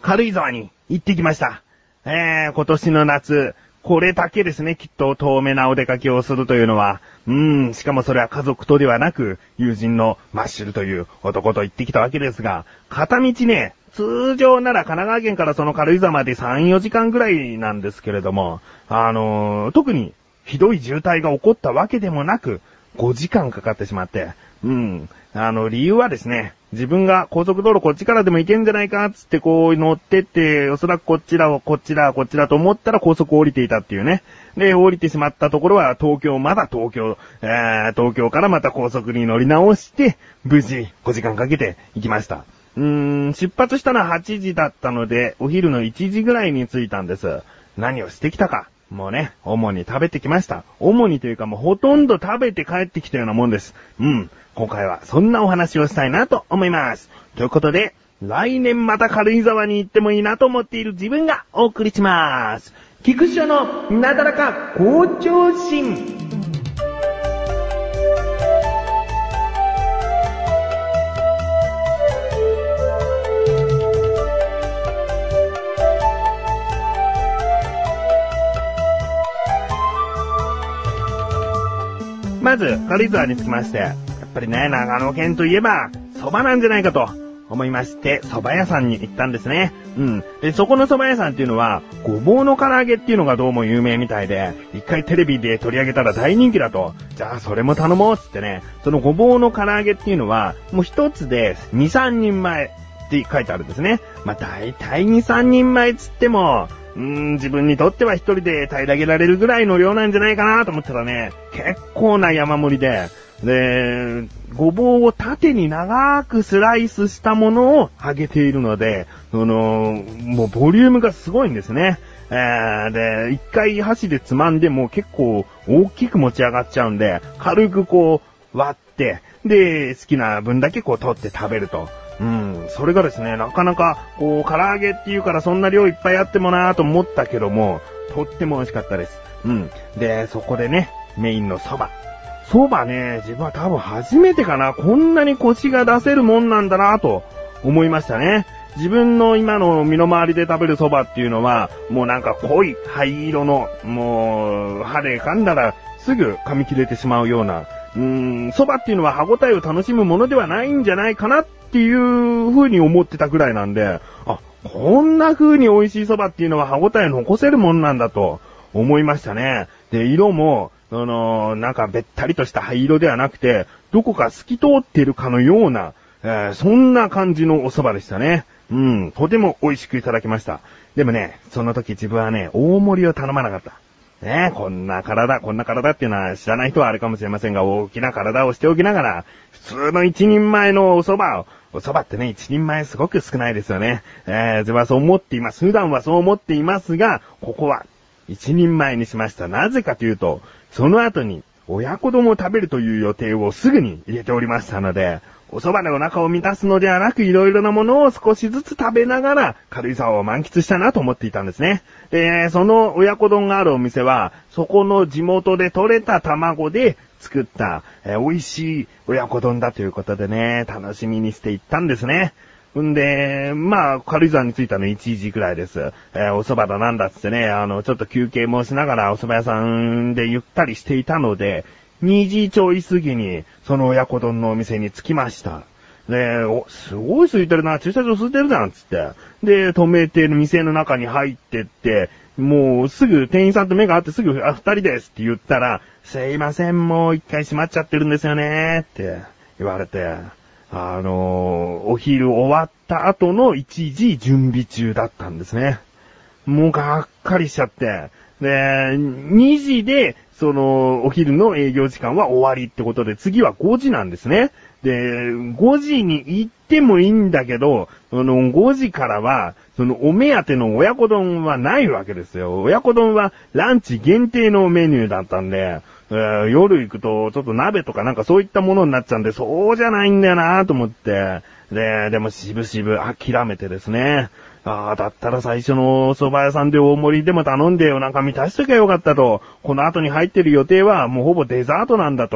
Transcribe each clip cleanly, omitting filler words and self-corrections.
軽井沢に行ってきました。今年の夏、これだけですね、きっと遠目なお出かけをするというのは。しかもそれは家族とではなく、友人のマッシュルという男と行ってきたわけですが、片道ね、通常なら神奈川県からその軽井沢まで3、4時間ぐらいなんですけれども、特にひどい渋滞が起こったわけでもなく、5時間かかってしまって、理由はですね、自分が高速道路こっちからでも行けんじゃないかつってこう乗ってって、おそらくこっちだと思ったら高速降りていたっていうね。で、降りてしまったところは東京からまた高速に乗り直して、無事5時間かけて行きました。出発したのは8時だったので、お昼の1時ぐらいに着いたんです。何をしてきたか。もうね、主に食べてきました。主にというかもうほとんど食べて帰ってきたようなもんです。今回はそんなお話をしたいなと思います。ということで、来年また軽井沢に行ってもいいなと思っている自分がお送りします。菊師匠のなだらか向上心。まず、軽井沢に着きまして、やっぱりね、長野県といえば、蕎麦なんじゃないかと思いまして、蕎麦屋さんに行ったんですね。で、そこの蕎麦屋さんっていうのは、ごぼうの唐揚げっていうのがどうも有名みたいで、一回テレビで取り上げたら大人気だと。じゃあ、それも頼もうっつってね、そのごぼうの唐揚げっていうのは、もう一つで2、3人前って書いてあるんですね。大体2、3人前つっても、自分にとっては一人で平らげられるぐらいの量なんじゃないかなと思ったらね、結構な山盛りで、ごぼうを縦に長くスライスしたものを揚げているので、もうボリュームがすごいんですね。で、一回箸でつまんでも結構大きく持ち上がっちゃうんで、軽くこう割って、で、好きな分だけこう取って食べると。それがですね、なかなか、唐揚げっていうからそんな量いっぱいあってもなぁと思ったけども、とっても美味しかったです。で、そこでね、メインの蕎麦。蕎麦ね、自分は多分初めてかな、こんなにコシが出せるもんなんだなぁと思いましたね。自分の今の身の回りで食べる蕎麦っていうのは、もうなんか濃い灰色の、もう、歯で噛んだらすぐ噛み切れてしまうような、蕎麦っていうのは歯応えを楽しむものではないんじゃないかなっていう風に思ってたくらいなんで、こんな風に美味しい蕎麦っていうのは歯応え残せるもんなんだと思いましたね。で、色も、なんかべったりとした灰色ではなくて、どこか透き通ってるかのような、そんな感じのお蕎麦でしたね。とても美味しくいただきました。でもね、その時自分はね、大盛りを頼まなかった。こんな体っていうのは知らない人はあれかもしれませんが、大きな体をしておきながら、普通の一人前のお蕎麦ってね、一人前すごく少ないですよね。自分はそう思っています。普段はそう思っていますが、ここは一人前にしました。なぜかというと、その後に親子丼を食べるという予定をすぐに入れておりましたので、お蕎麦でお腹を満たすのではなく、いろいろなものを少しずつ食べながら、軽井沢を満喫したなと思っていたんですね。で、その親子丼があるお店は、そこの地元で採れた卵で作った、美味しい親子丼だということでね、楽しみにしていったんですね。んで、軽井沢に着いたの1時くらいです。お蕎麦だなんだっつってね、ちょっと休憩もしながらお蕎麦屋さんでゆったりしていたので、2時ちょい過ぎに、その親子丼のお店に着きました。で、すごい空いてるな、駐車場空いてるじゃん、つって。で、止めてる店の中に入ってって、もうすぐ店員さんと目が合ってすぐ、2人ですって言ったら、すいません、もう一回閉まっちゃってるんですよね、って言われて、お昼終わった後の1時準備中だったんですね。もうがっかりしちゃって。で、2時で、お昼の営業時間は終わりってことで、次は5時なんですね。で、5時に行ってもいいんだけど、5時からは、お目当ての親子丼はないわけですよ。親子丼はランチ限定のメニューだったんで、夜行くとちょっと鍋とかなんかそういったものになっちゃうんで、そうじゃないんだよなと思って、でもしぶしぶ諦めてですね、だったら最初の蕎麦屋さんで大盛りでも頼んでお腹満たしときゃよかったと、この後に入ってる予定はもうほぼデザートなんだと、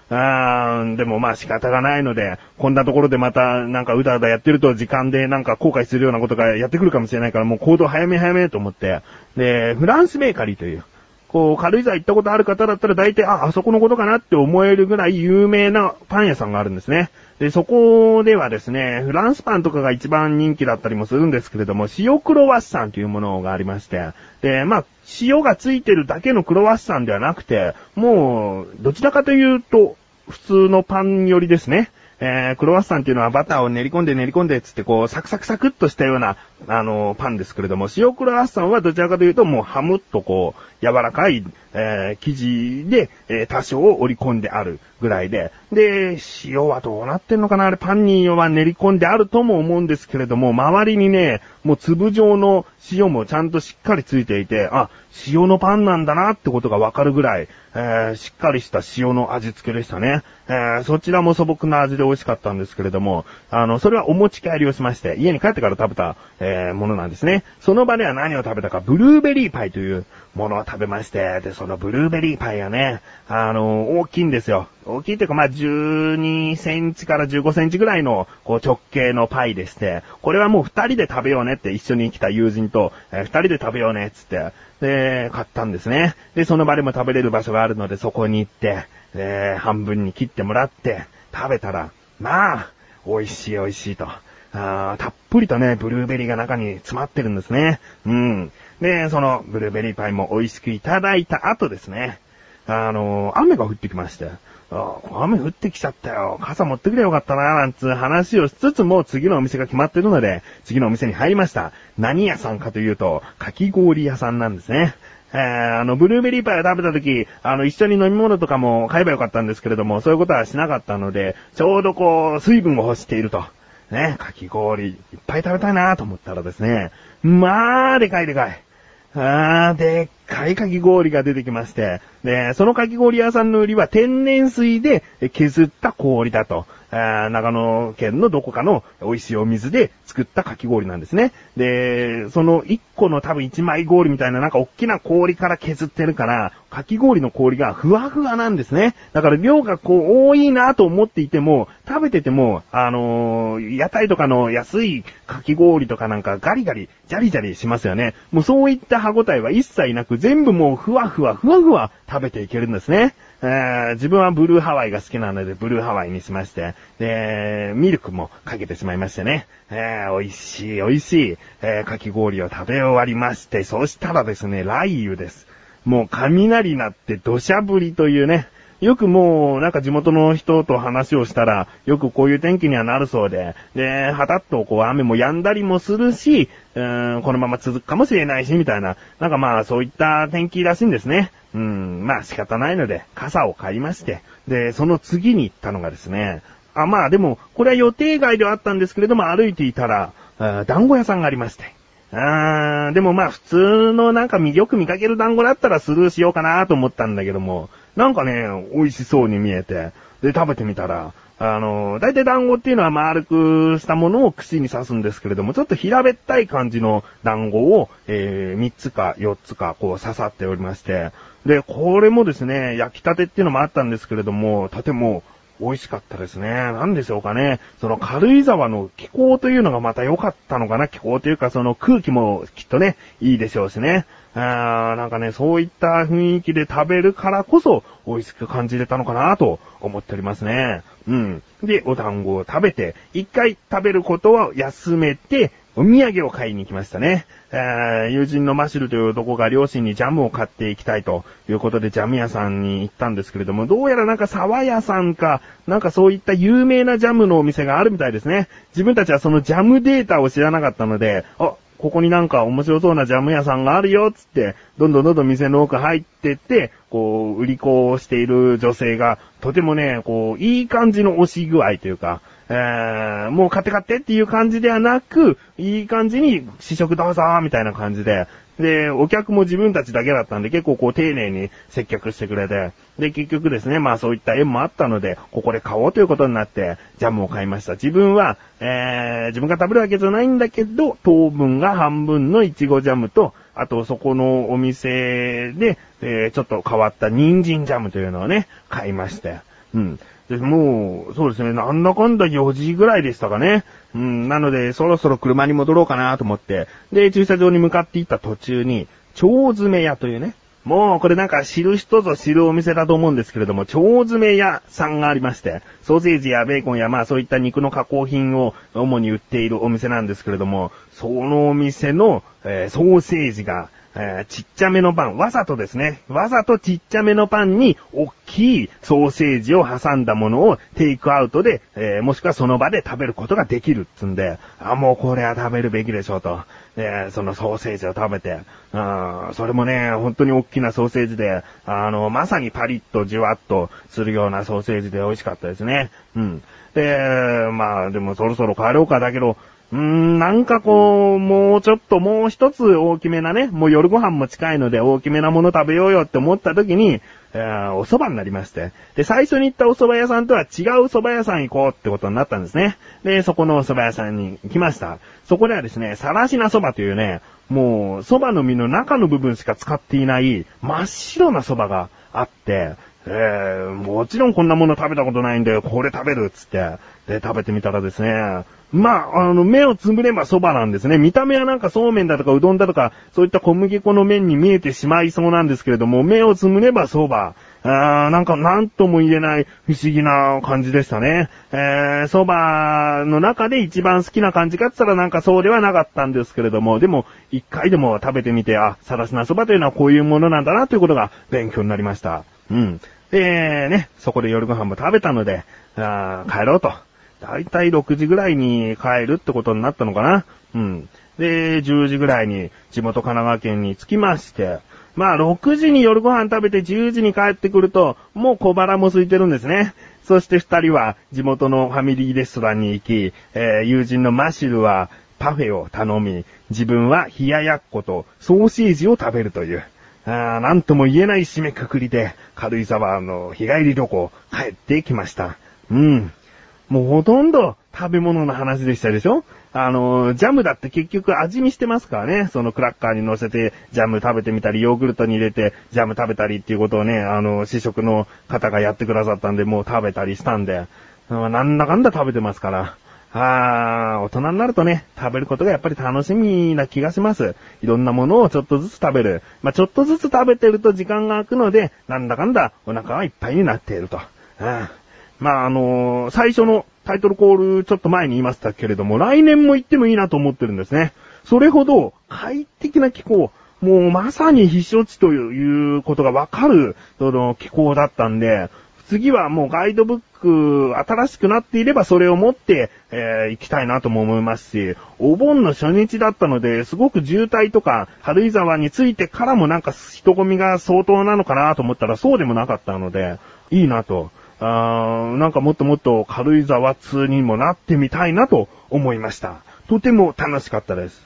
でもまあ仕方がないので、こんなところでまたなんかうだうだやってると時間でなんか後悔するようなことがやってくるかもしれないから、もう行動早めと思って、で、フランスベーカリーという、軽井沢行ったことある方だったら大体、あそこのことかなって思えるぐらい有名なパン屋さんがあるんですね。で、そこではですね、フランスパンとかが一番人気だったりもするんですけれども、塩クロワッサンというものがありまして、で、まあ、塩がついてるだけのクロワッサンではなくて、もう、どちらかというと、普通のパンよりですね、クロワッサンっていうのはバターを練り込んでつってサクサクっとしたような、パンですけれども、塩クロワッサンはどちらかというともうハムっと柔らかい、生地で、多少織り込んであるぐらいで、で、塩はどうなってんのかな、あれパンには練り込んであるとも思うんですけれども、周りにね、もう粒状の塩もちゃんとしっかりついていて、塩のパンなんだなってことがわかるぐらい、しっかりした塩の味付けでしたね。そちらも素朴な味で美味しかったんですけれども、それはお持ち帰りをしまして、家に帰ってから食べた、ものなんですね。その場では何を食べたか、ブルーベリーパイというものを食べまして、で、そのブルーベリーパイがね、大きいんですよ。大きいというか、12センチから15センチぐらいの、直径のパイでして、これはもう2人で食べようねって一緒に来た友人と、2人で食べようねっつって、で、買ったんですね。で、その場でも食べれる場所があるので、そこに行って、半分に切ってもらって、食べたら、まあ、美味しいと。たっぷりとね、ブルーベリーが中に詰まってるんですね。で、そのブルーベリーパイも美味しくいただいた後ですね、雨が降ってきまして、雨降ってきちゃったよ。傘持ってくれよかったな、なんつう話をしつつも次のお店が決まってるので、次のお店に入りました。何屋さんかというと、かき氷屋さんなんですね。ブルーベリーパイを食べた時、一緒に飲み物とかも買えばよかったんですけれども、そういうことはしなかったので、ちょうど水分を欲していると。ね、かき氷、いっぱい食べたいなと思ったらですね、まあ、でかい。でっかいかき氷が出てきまして、で、そのかき氷屋さんの売りは天然水で削った氷だと。長野県のどこかの美味しいお水で作ったかき氷なんですね。で、その1個の多分1枚氷みたいな大きな氷から削ってるから、かき氷の氷がふわふわなんですね。だから量が多いなと思っていても、食べてても、屋台とかの安いかき氷とかガリガリ、ジャリジャリしますよね。もうそういった歯応えは一切なく、全部もうふわふわ食べていけるんですね。自分はブルーハワイが好きなのでブルーハワイにしまして、で、ミルクもかけてしまいましてね。美味しい、かき氷を食べ終わりまして、そしたらですね、雷雨です。もう雷鳴って土砂降りというね、よくもう地元の人と話をしたら、よくこういう天気にはなるそうで、で、はたっと雨も止んだりもするし、このまま続くかもしれないし、みたいな、そういった天気らしいんですね。仕方ないので、傘を買いまして、で、その次に行ったのがですね、でも、これは予定外ではあったんですけれども、歩いていたら、団子屋さんがありまして、でも普通のよく見かける団子だったらスルーしようかなと思ったんだけども、美味しそうに見えて、で、食べてみたら、大体団子っていうのは丸くしたものを串に刺すんですけれども、ちょっと平べったい感じの団子を、3つか4つか刺さっておりまして、で、これもですね、焼きたてっていうのもあったんですけれども、とても美味しかったですね。なんでしょうかね。その軽井沢の気候というのがまた良かったのかな。気候というかその空気もきっとね、いいでしょうしね。そういった雰囲気で食べるからこそ美味しく感じれたのかなと思っておりますね。で、お団子を食べて、一回食べることは休めて、お土産を買いに行きましたね。友人のマシルという男が両親にジャムを買っていきたいということでジャム屋さんに行ったんですけれども、どうやら沢屋さんか、そういった有名なジャムのお店があるみたいですね。自分たちはそのジャムデータを知らなかったので、ここに面白そうなジャム屋さんがあるよ、つって、どんどん店の奥入ってって、売り子をしている女性が、とてもね、いい感じの押し具合というか、もう買ってっていう感じではなく、いい感じに試食どうぞみたいな感じで、で、お客も自分たちだけだったんで結構丁寧に接客してくれて、で、結局ですね、そういった縁もあったので、ここで買おうということになって、ジャムを買いました。自分は、自分が食べるわけじゃないんだけど、糖分が半分のいちごジャムと、あとそこのお店で、ちょっと変わった人参ジャムというのをね、買いまして。 で、もう、そうですね、なんだかんだ4時ぐらいでしたかね。なので、そろそろ車に戻ろうかなと思って、で、駐車場に向かっていった途中に、腸詰め屋というね、もうこれなんか知る人ぞ知るお店だと思うんですけれども、腸詰め屋さんがありまして、ソーセージやベーコンやそういった肉の加工品を主に売っているお店なんですけれども、そのお店の、ソーセージが、ちっちゃめのパン、わざとですね、わざとちっちゃめのパンに大きいソーセージを挟んだものをテイクアウトで、もしくはその場で食べることができるっつんで、もうこれは食べるべきでしょうと。そのソーセージを食べて、それもね、本当に大きなソーセージで、まさにパリッとじゅわっとするようなソーセージで美味しかったですね。で、でもそろそろ帰ろうかだけど、なんかこう、もうちょっともう一つ大きめなね、もう夜ご飯も近いので大きめなもの食べようよって思った時に、お蕎麦になりまして。で、最初に行ったお蕎麦屋さんとは違う蕎麦屋さん行こうってことになったんですね。で、そこのお蕎麦屋さんに行きました。そこではですね、さらしな蕎麦というね、もう蕎麦の実の中の部分しか使っていない真っ白な蕎麦があって、もちろんこんなもの食べたことないんで、これ食べるっつって、で、食べてみたらですね、目をつぶれば蕎麦なんですね。見た目はなんかそうめんだとかうどんだとか、そういった小麦粉の麺に見えてしまいそうなんですけれども、目をつぶれば蕎麦。なんかなんとも言えない不思議な感じでしたね。蕎麦の中で一番好きな感じかって言ったらなんかそうではなかったんですけれども、でも一回でも食べてみて、さらしな蕎麦というのはこういうものなんだなということが勉強になりました。で、ね、そこで夜ご飯も食べたので、帰ろうと。だいたい6時ぐらいに帰るってことになったのかな。で、10時ぐらいに地元神奈川県に着きまして、6時に夜ご飯食べて10時に帰ってくると、もう小腹も空いてるんですね。そして2人は地元のファミリーレストランに行き、友人のマシルはパフェを頼み、自分は冷ややっことソーセージを食べるという。なんとも言えない締めくくりで、軽井沢の日帰り旅行帰ってきました。もうほとんど食べ物の話でしたでしょ？ジャムだって結局味見してますからね。そのクラッカーに乗せてジャム食べてみたり、ヨーグルトに入れてジャム食べたりっていうことをね、試食の方がやってくださったんで、もう食べたりしたんで、なんだかんだ食べてますから。大人になるとね、食べることがやっぱり楽しみな気がします。いろんなものをちょっとずつ食べる。ちょっとずつ食べてると時間が空くので、なんだかんだお腹はいっぱいになっていると。最初のタイトルコールちょっと前に言いましたけれども、来年も行ってもいいなと思ってるんですね。それほど快適な気候、もうまさに避暑地ということがわかる、その気候だったんで、次はもうガイドブック新しくなっていればそれを持って、行きたいなとも思いますし、お盆の初日だったので、すごく渋滞とか軽井沢に着いてからもなんか人混みが相当なのかなと思ったらそうでもなかったので、いいなと。なんかもっともっと軽井沢通にもなってみたいなと思いました。とても楽しかったです。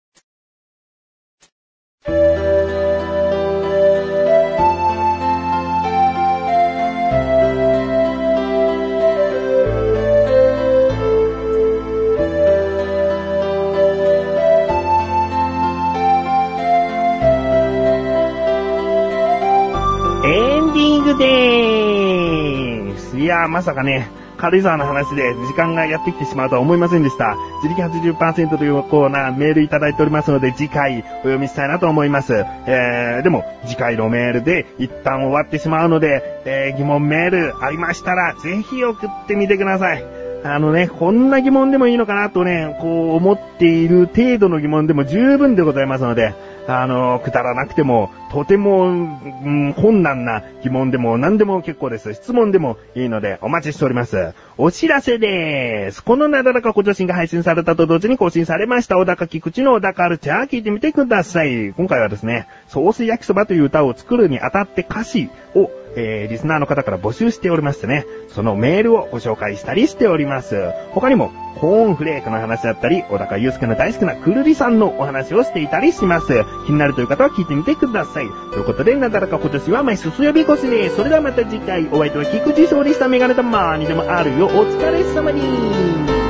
エンディングでーす。いやー、まさかね、軽井沢の話で時間がやってきてしまうとは思いませんでした。自力 80% というコーナーメールいただいておりますので、次回お読みしたいなと思います。でも次回のメールで一旦終わってしまうので、疑問メールありましたらぜひ送ってみてください。こんな疑問でもいいのかなとね、こう思っている程度の疑問でも十分でございますので、くだらなくても、とても、困難な疑問でも何でも結構です。質問でもいいのでお待ちしております。お知らせでーす。このなだらかご助身が配信されたと同時に更新されました小高菊池の小高カルチャー聞いてみてください。今回はですね、ソース焼きそばという歌を作るにあたって歌詞をリスナーの方から募集しておりましてね、そのメールをご紹介したりしております。他にもコーンフレークの話だったり、小高祐介の大好きなくるりさんのお話をしていたりします。気になるという方は聞いてみてください。ということで、なだらか今年は毎週水曜日越しです。それではまた次回、お相手は菊池勝利したメガネたまーにでもあるよ。お疲れ様にー。